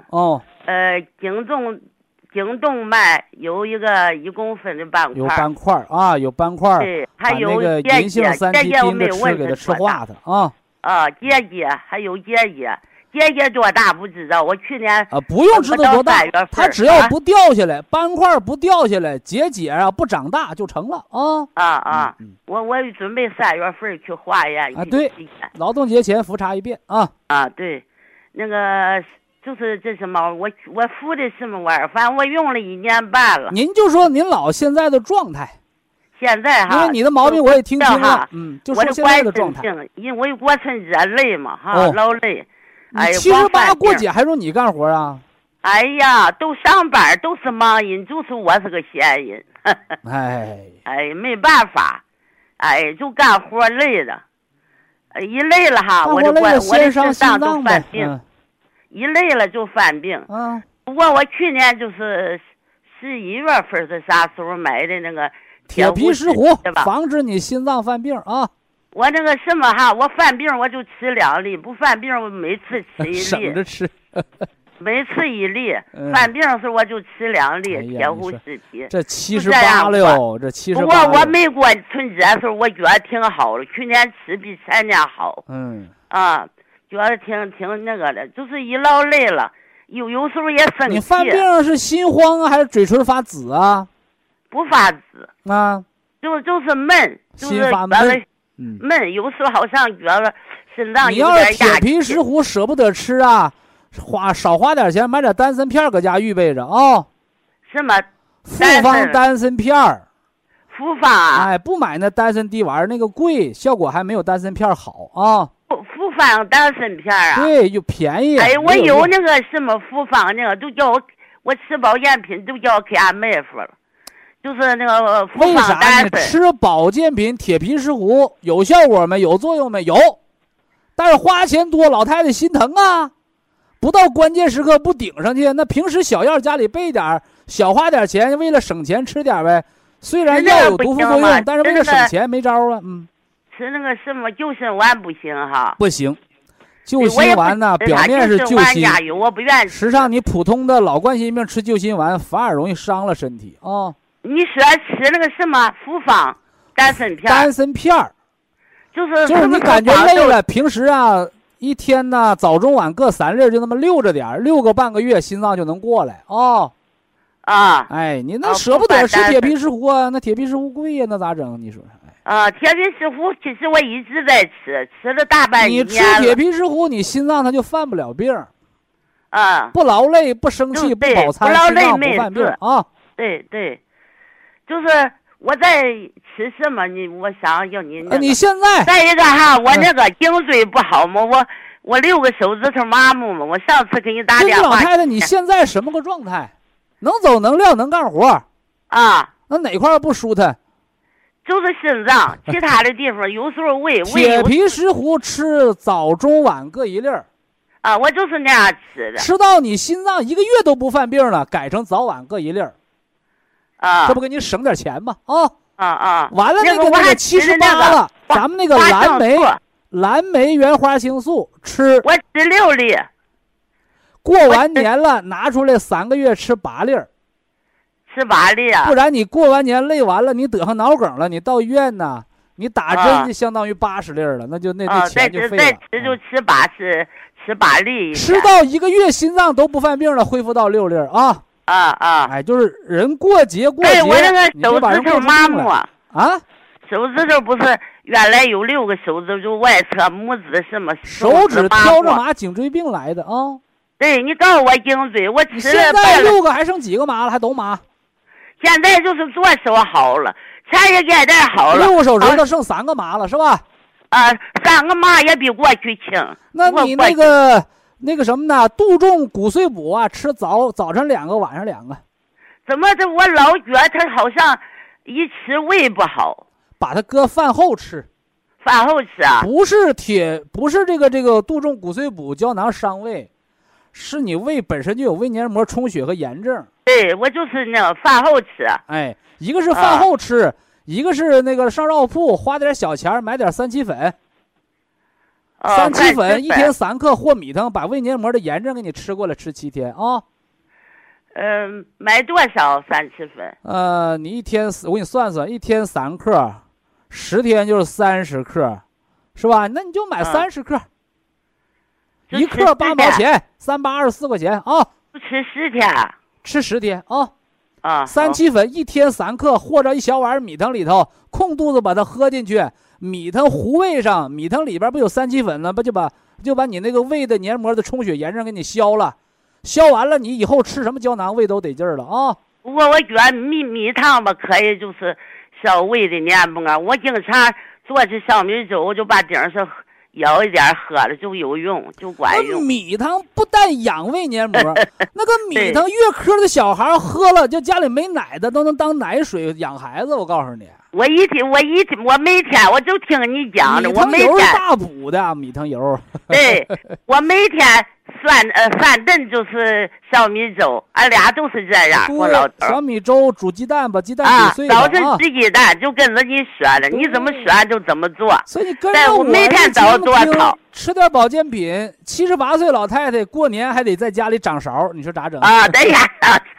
颈动脉有1公分的斑块。 有斑块。 对，还有那个银杏3七冰的吃，给它吃化的结节，还有结节。结节多大不知道，我去年不用知道多大，它只要不掉下来，斑块不掉下来，结节不长大就成了我准备3月份去化验对，劳动节前复查一遍对，那个就是这什么，我服的什么玩意儿，反正我用了1年半了。 您就说您老现在的状态。 现在因为你的毛病我也听清了，就说现在的状态。 因为我趁热累嘛老累。 78过节还用你干活啊？ 都上班，都是忙人，就是我是个闲人。没办法，就干活累的，一累了我的心脏都犯病，一累了就犯病。不过我去年就是11月份是啥时候买的那个铁皮石斛，防止你心脏犯病我那个什么我犯病我就吃2粒，不犯病我每次吃1粒。 省着吃。 每次1粒，犯病的时候我就吃2粒铁护湿皮。 这78了哟，这78。 不过我没过春节的时候，我觉得挺好的，去年吃比前年好。觉得挺那个的，就是一劳累了，有时候也生气。 你犯病是心慌啊，还是嘴唇发紫啊？ 不发紫啊， 就是闷， 心发闷。 闷，有时候好像觉得身上有点压气。你要是铁皮石斛舍不得吃啊，少花点钱买点丹参片搁家预备着啊。 什么？ 复方丹参片儿。 复方。 哎，不买那丹参滴丸那个贵，效果还没有丹参片好啊。 复方丹参片啊？ 对，又便宜。 哎，我有那个什么复方那个，都叫我吃保健品都叫给俺妹夫了。就是那个复方丹参。 为啥你吃保健品铁皮石斛有效果没？有作用没？有，但是花钱多，老太太心疼啊！不到关键时刻不顶上去，那平时小药家里备点，少花点钱，为了省钱吃点呗。虽然药有毒副作用，但是为了省钱没招啊。 吃那个什么救心丸不行哈？ 不行，救心丸呢，表面是救心， 我不愿意。 实际上你普通的老冠心病吃救心丸，反而容易伤了身体啊。 你说吃那个什么复方丹参片？ 丹参片儿， 就是你感觉累了，平时啊一天呢早中晚各3粒，就那么溜着点，溜个半个月，心脏就能过来哦。哎，你那舍不得吃铁皮石斛啊？那铁皮石斛贵呀，那咋整？你说？ 铁皮石斛其实我一直在吃了大半年了。 你吃铁皮石斛，你心脏它就犯不了病。不劳累，不生气，不饱餐，心脏不犯病啊。 对，就是我在吃什么？我想要你。 你现在再一个哈，我那个颈椎不好嘛，我6个手指头麻木嘛。我上次给你打电话。 老太太，你现在什么个状态？能走能撂能干活啊？ 那哪块不舒坦？ 就是心脏，其他的地方有时候胃。 铁皮石斛吃早中晚各1粒我就是那样吃的。 吃到你心脏1个月都不犯病了，改成早晚各1粒这不给你省点钱吗？完了那个78了，咱们那个蓝莓原花青素吃。 我吃6粒。 过完年了，拿出来3个月吃8粒吃8粒啊！ 不然你过完年累完了，你得上脑梗了，你到医院呢，你打针就相当于80粒了，那就那钱就废了。 再吃就吃8粒。 吃到1个月心脏都不犯病了，恢复到6粒哎，就是人过节， 我那个手指头麻木手指头不是原来有6个手指，就外侧拇指什么手指挑着麻，颈椎病来的啊。 对，你告诉我颈椎，我吃了。 现在6个还剩几个麻了？还都麻？ 现在就是左手好了，前一盖带好了。 6个手指头剩3个麻了，是吧 ？3个麻也比过去轻。 那你那个什么呢？杜仲骨碎补啊，吃早晨2个，晚上2个。 怎么这我老觉得他好像一吃胃不好， 把它搁饭后吃。 饭后吃啊？ 不是这个杜仲骨碎补胶囊伤胃。是你胃本身就有胃黏膜充血和炎症。 对，我就是那个饭后吃。 哎，一个是饭后吃，一个是那个上药铺花点小钱买点3七粉。3七粉1天3克和米汤，把胃黏膜的炎症给你吃过来，吃7天啊。 买多少3七粉？ 你1天我给你算算，1天3克，10天就是30克，是吧？那你就买30克。1克8毛钱，3/824块钱啊！ 吃10天， 吃10天啊！3七粉1天3克，或者1小碗米汤里头，空肚子把它喝进去，米汤糊胃上，米汤里边不有3七粉呢？不就把你那个胃的黏膜的充血炎症给你消了，消完了，你以后吃什么胶囊胃都得劲儿了啊！ 不过我觉得米汤吧可以，就是消胃的黏膜。我经常做起小米粥，我就把顶上舀一点喝了就有用，就管用。 米汤不但养胃黏膜，那个米汤月科的小孩喝了，就家里没奶的都能当奶水养孩子。我告诉你， 我每天我就听你讲的，我每天米汤油是大补的米汤油。 对，我每天3顿就是小米粥，俺俩都是这样。我老头小米粥煮鸡蛋，把鸡蛋煮碎了早晨吃鸡蛋就跟着你说的，你怎么说就怎么做。 所以你跟着我每天早多少吃点保健品，78岁老太太过年还得在家里长勺，你说咋整啊？对呀，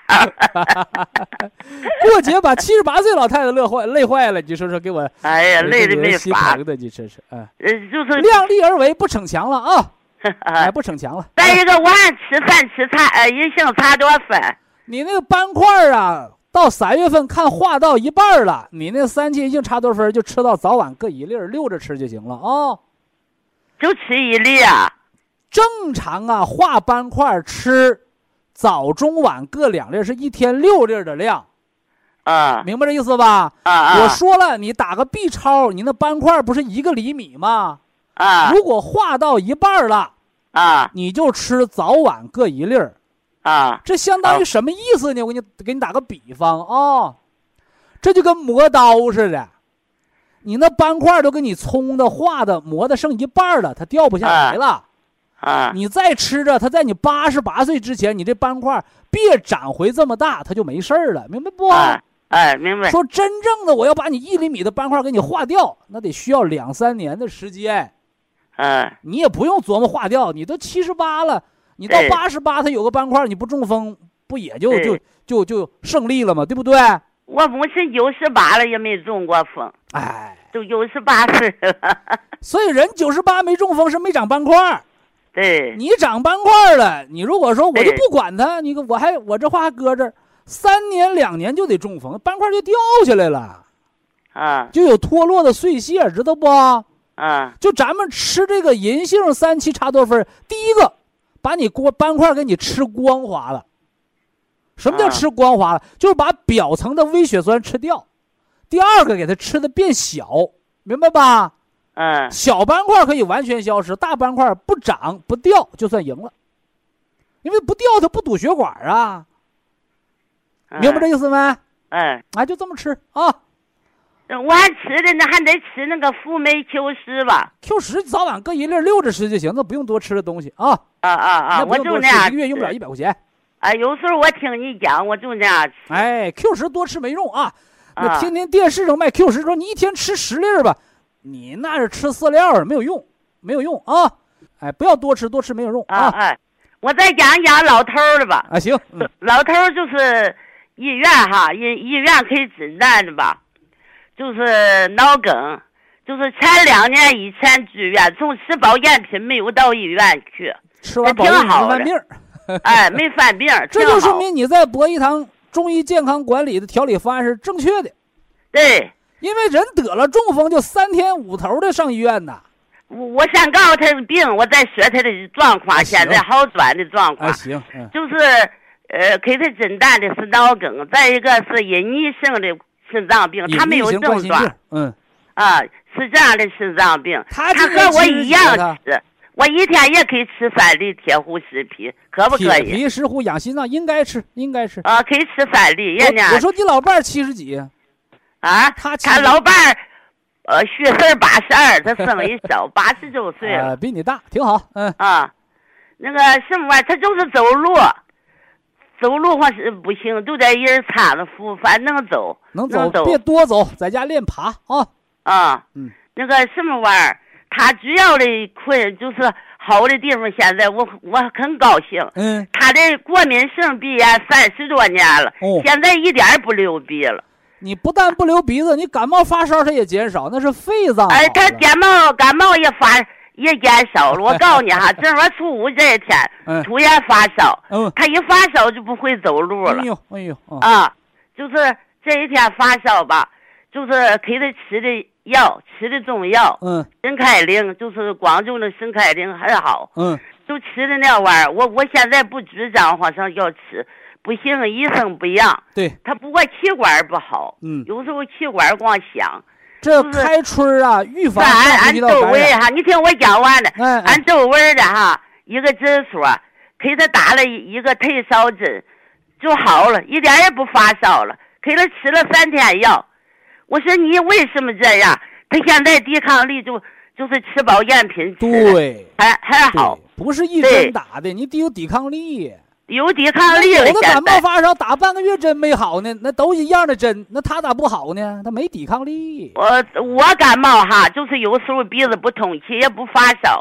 过节把78岁老太太累坏了，你说说给我， 哎呀，累的没法的，你这是， 就是量力而为，不逞强了啊，哎，不逞强了。 再一个，我还吃饭吃菜，银杏茶多粉。 你那个斑块啊，到3月份看化到一半了，你那3期银杏茶多酚就吃到早晚各1粒，溜着吃就行了啊。 就吃1粒啊？ 正常啊，化斑块吃早中晚各2粒，是1天6粒的量。明白这意思吧？我说了，你打个 B 超，你那斑块不是1个厘米吗？如果化到一半了，你就吃早晚各1粒。这相当于什么意思呢？我给你打个比方啊，这就跟磨刀似的，你那斑块都给你葱的、化的、磨的剩一半了，它掉不下来了。你再吃着，它在你88岁之前，你这斑块别长回这么大，它就没事了，明白不？ 明白。 说真正的我要把你1厘米的斑块给你化掉，那得需要2、3年的时间。你也不用琢磨化掉，你都78了。你到88，它有个斑块，你不中风，不也就胜利了吗？对不对？ 我母亲98了也没中过风，都98岁了。 所以人98没中风是没长斑块。 对， 你长斑块了，你如果说我就不管它，我这话还搁这儿，3年2年就得中风，斑块就掉下来了，就有脱落的碎屑，知道不？就咱们吃这个银杏3期茶多酚，第一个。把你斑块给你吃光滑了。什么叫吃光滑了？就是把表层的微血栓吃掉。第二个给它吃的变小，明白吧？小斑块可以完全消失，大斑块不长不掉就算赢了，因为不掉它不堵血管啊。明白这意思没？就这么吃啊。 我还吃的呢，还得吃那个辅酶 Q10吧。 Q10早晚各1粒溜着吃就行，那不用多吃的东西啊。 我就那样， 一个月用不了100块钱。 有时候我听你讲，我就那样吃。 Q10多吃没用啊。那天天电视上卖 Q10，说你1天吃10粒吧，你那是吃饲料，没有用啊。不要多吃，多吃没有用啊。 我再讲老头的吧。 行。 老头就是医院哈，医院可以诊断的吧。就是脑梗，就是前2年以前住院，从吃保健品没有到医院去， 吃完保健品没犯病， 没犯病， 这就说明你在博医堂中医健康管理的调理方案是正确的。 对， 因为人得了中风就3天5头的上医院呐。 我先告诉他的病，我再说他的状况，现在好转的状况。 行， 就是给他诊断的是脑梗，再一个是隐匿性的肾脏病，他没有症状。是这样的肾脏病，他和我一样吃，我1天也可以吃3粒铁虎石皮，可不可以？ 铁皮石斛养心脏，应该吃。可以吃3粒。 我说你老伴儿70几？ 他老伴儿虚岁82，他生一小89岁了， 比你大，挺好。 那个什么玩意儿，他就是走路或是不行，都得人搀着扶，反正能走， 别多走，在家练爬啊。 那个什么玩意儿，他主要的困就是好的地方。现在我很高兴。他的过敏性鼻炎30多年了，现在一点也不流鼻了。 你不但不流鼻子，你感冒发烧它也减少，那是肺脏。 他感冒也减少了。我告诉你哈，正好初5这一天，突然发烧，他一发烧就不会走路了。就是这一天发烧吧，就是给他吃的药，吃的中药，沈开灵，就是广州的沈开灵很好，就吃的那玩意儿。我现在不主张好像要吃，不行，医生不让。 对， 他不过气管不好，有时候气管光响。 这开春啊，预防俺周围哈，你听我讲完了。俺周围的哈一个诊所，给他打了一个退烧针，就好了，一点也不发烧了。给他吃了3天药。我说你为什么这样？他现在抵抗力就是吃保健品吃， 对， 还好， 不是一针打的，你得有抵抗力。 有抵抗力了。 有的感冒发烧打半个月针没好呢，那都一样的针，那他咋不好呢？他没抵抗力。 我感冒哈，就是有时候鼻子不通气，也不发烧，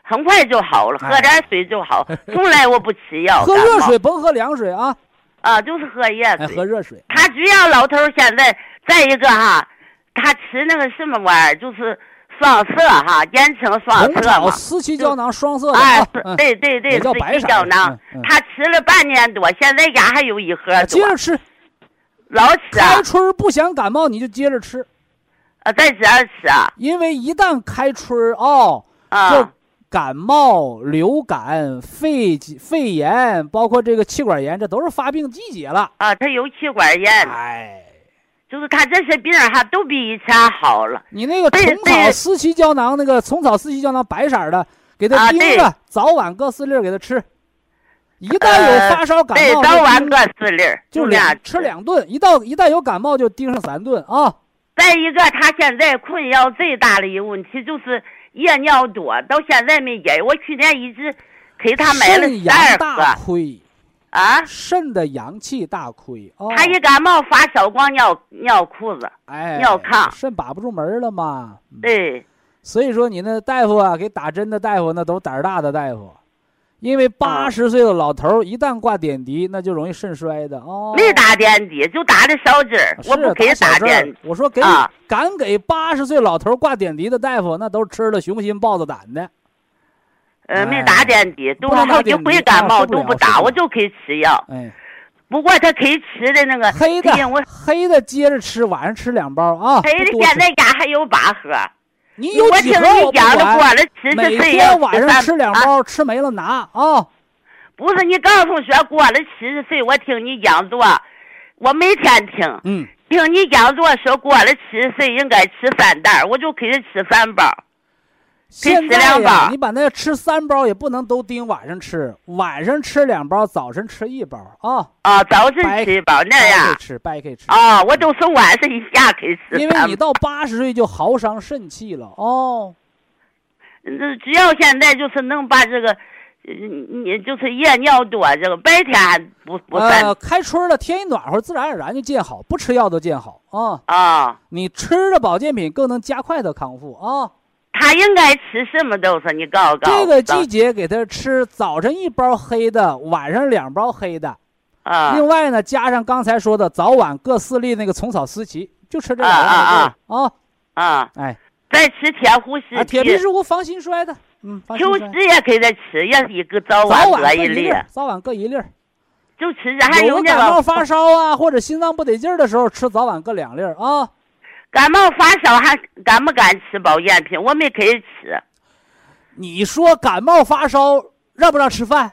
很快就好了，喝点水就好，从来我不吃药。 喝热水，甭喝凉水啊。 就是喝热水， 喝热水。 他主要老头现在再一个哈，他吃那个什么玩意儿，就是双色哈，简称双色嘛。 四七胶囊双色的对， 叫白胶囊。他吃了半年多，现在家还有一盒多。 接着吃， 老吃开春不想感冒你就接着吃。 在这儿吃啊。 因为一旦开春就感冒、流感、肺炎，包括这个气管炎，这都是发病季节了。 他有气管炎。就是他这些病哈都比以前好了。 你那个虫草四七胶囊，那个虫草四七胶囊白色的，给他叮着，早晚各4粒给他吃。一旦有发烧感冒， 早晚各4粒， 就吃2顿。一旦有感冒就叮上3顿啊。 再一个，他现在困扰最大的一个问题就是夜尿多，到现在没解。我去年一直给他买了12 大盒。 亏肾的阳气大亏。 他一感冒发烧光尿裤子，尿炕， 肾把不住门了嘛。 对， 所以说你那大夫给打针的大夫那都胆大的大夫，因为80岁的老头一旦挂点滴，那就容易肾衰的。 没打点滴，就打的小针，我不给打点滴。 我说敢给80岁老头挂点滴的大夫，那都是吃了雄心豹子胆的。 没打点滴，都好几回感冒都不打，我就可以吃药。不过他可以吃的那个黑的接着吃，晚上吃2包啊。 黑的现在家还有8盒。 你有几盒我不管，每天晚上吃2包，吃没了拿啊。 不是你告诉说过了70岁，我听你讲座，我每天听，听你讲座说过了70岁应该吃3袋，我就可以吃3包。 现在呀，你把那吃3包也不能都盯晚上吃，晚上吃2包，早晨吃1包啊。 早晨吃1包那样。 白可以吃。 我都是晚上一下可以吃。 因为你到80岁就耗伤肾气了只要现在就是能把这个，你就是夜尿多，这个白天还不算。 开春了，天一暖和，自然而然就见好，不吃药都见好你吃的保健品更能加快的康复他应该吃什么都是你告诉这个季节给他吃早晨1包黑的，晚上2包黑的另外呢加上刚才说的早晚各4粒那个虫草思琪，就吃这2样再吃铁胡石铁皮石斛防心衰的秋实也给他吃，也是一个早晚各1粒， 早晚各1粒， 就吃这。还有感冒发烧或者心脏不得劲的时候吃早晚各2粒感冒发烧还敢不敢吃保健品？我没可以吃。 你说感冒发烧让不让吃饭？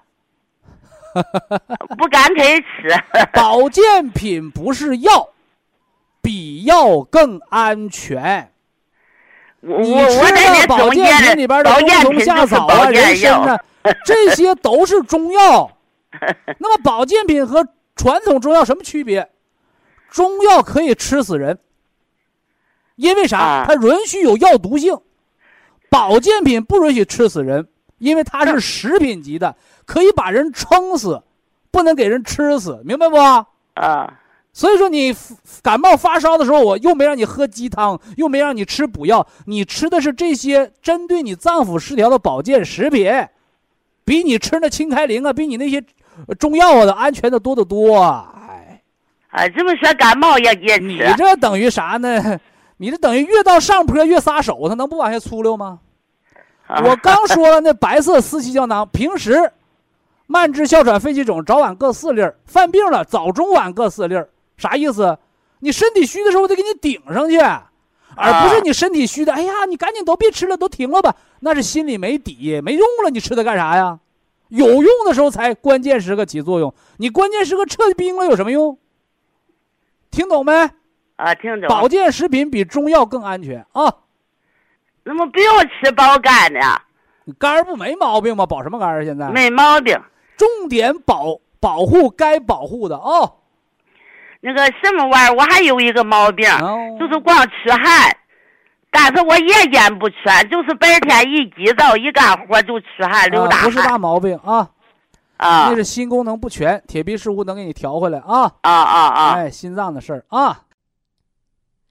不敢可以吃。 保健品不是药，比药更安全。 我在那保健品里边的冬虫夏草人参这些都是中药。那么保健品和传统中药什么区别？中药可以吃死人。因为啥？它允许有药毒性，保健品不允许吃死人，因为它是食品级的，可以把人撑死，不能给人吃死，明白不？所以说你感冒发烧的时候，我又没让你喝鸡汤，又没让你吃补药，你吃的是这些针对你脏腑失调的保健食品，比你吃那清开灵比你那些中药的安全的多得多。 这么说感冒也吃， 你这等于啥呢？你这等于越到上坡越撒手，它能不往下粗溜吗？我刚说了，那白色四七胶囊，平时慢支、哮喘、肺气肿早晚各4粒，犯病了早中晚各4粒，啥意思？你身体虚的时候我得给你顶上去，而不是你身体虚的，哎呀，你赶紧都别吃了，都停了吧，那是心里没底，没用了，你吃它干啥呀？有用的时候才关键时刻起作用，你关键时刻撤冰了有什么用？听懂没？ 听懂。 保健食品比中药更安全那么不用吃保肝的？ 你肝不没毛病吗？保什么肝现在没毛病。 重点保护该保护的那个什么玩意儿，我还有一个毛病，就是光出汗，但是我夜间不出汗，就是白天一急躁一干活就出汗流大汗。 不是大毛病那是心功能不全，铁皮石斛能给你调回来心脏的事儿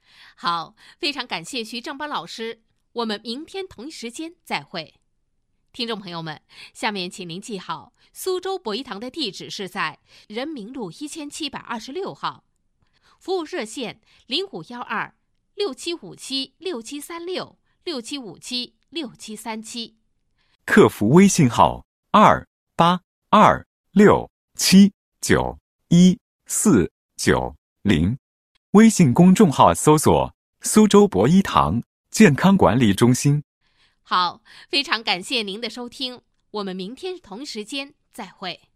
好，非常感谢徐正邦老师，我们明天同一时间再会。 听众朋友们，下面请您记好，苏州博医堂的地址是在人民路1726号，服务热线05126757673667576737， 客服微信号282679149，微信公众号搜索苏州博医堂健康管理中心。 好，非常感谢您的收听，我们明天同一时间再会。